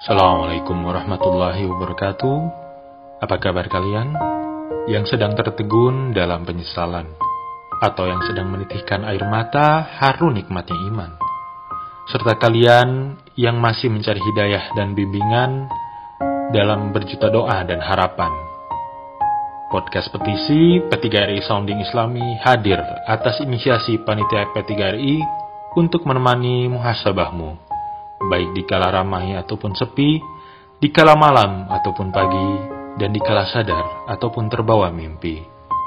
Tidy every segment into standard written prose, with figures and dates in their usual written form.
Assalamualaikum warahmatullahi wabarakatuh. Apa kabar kalian yang sedang tertegun dalam penyesalan, atau yang sedang menitihkan air mata haru nikmatnya iman, serta kalian yang masih mencari hidayah dan bimbingan dalam berjuta doa dan harapan. Podcast petisi P3RI Sounding Islami hadir atas inisiasi Panitia P3RI untuk menemani muhasabahmu, baik di kala ramai ataupun sepi, di kala malam ataupun pagi, dan di kala sadar ataupun terbawa mimpi.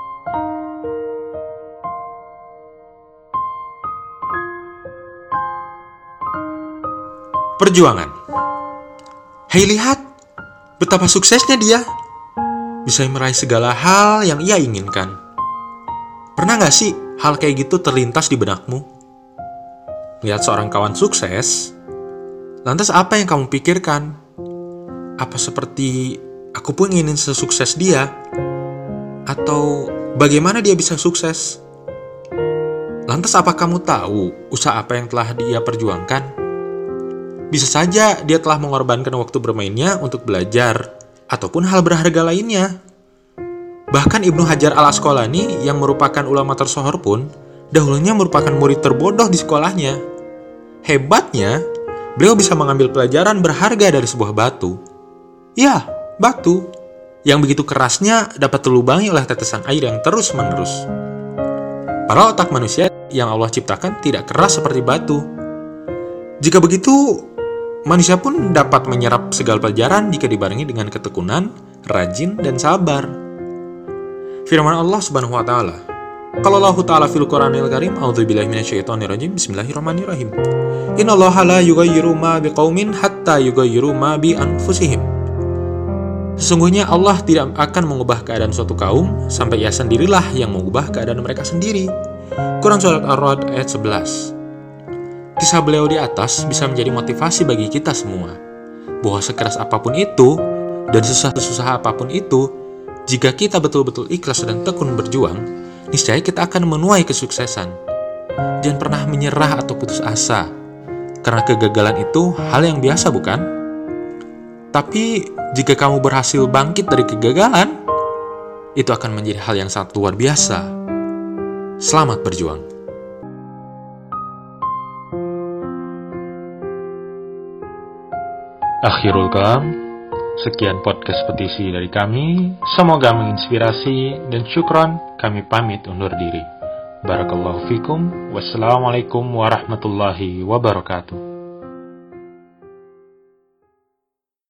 Perjuangan. Hei, lihat betapa suksesnya dia. Bisa meraih segala hal yang ia inginkan. Pernah gak sih hal kayak gitu terlintas di benakmu? Lihat seorang kawan sukses, lantas apa yang kamu pikirkan? Apa seperti aku pun ingin sesukses dia? Atau bagaimana dia bisa sukses? Lantas apa kamu tahu usaha apa yang telah dia perjuangkan? Bisa saja dia telah mengorbankan waktu bermainnya untuk belajar ataupun hal berharga lainnya. Bahkan Ibnu Hajar al-Asqalani yang merupakan ulama tersohor pun dahulunya merupakan murid terbodoh di sekolahnya. Hebatnya, beliau bisa mengambil pelajaran berharga dari sebuah batu. Ya, batu yang begitu kerasnya dapat terlubangi oleh tetesan air yang terus-menerus. Padahal otak manusia yang Allah ciptakan tidak keras seperti batu. Jika begitu, manusia pun dapat menyerap segala pelajaran jika dibarengi dengan ketekunan, rajin, dan sabar. Firman Allah Subhanahu wa taala, qala Allahu ta'ala fil Qur'anil Karim, a'udzubillahi minasyaitonir rajim, bismillahirrahmanirrahim. Innallaha la yughayyiru ma biqaumin hatta yughayyiru ma bi anfusihim. Sesungguhnya Allah tidak akan mengubah keadaan suatu kaum sampai ia sendirilah yang mengubah keadaan mereka sendiri. Quran Surat Ar-Ra'd ayat 11. Kisah beliau di atas bisa menjadi motivasi bagi kita semua, bahwa sekeras apapun itu dan susah apapun itu, jika kita betul-betul ikhlas dan tekun berjuang, niscaya kita akan menuai kesuksesan. Jangan pernah menyerah atau putus asa, karena kegagalan itu hal yang biasa, bukan? Tapi jika kamu berhasil bangkit dari kegagalan, itu akan menjadi hal yang sangat luar biasa. Selamat berjuang. Akhirul kalam, sekian podcast petisi dari kami. Semoga menginspirasi dan syukron, kami pamit undur diri. Barakallahu fikum. Wassalamualaikum warahmatullahi wabarakatuh.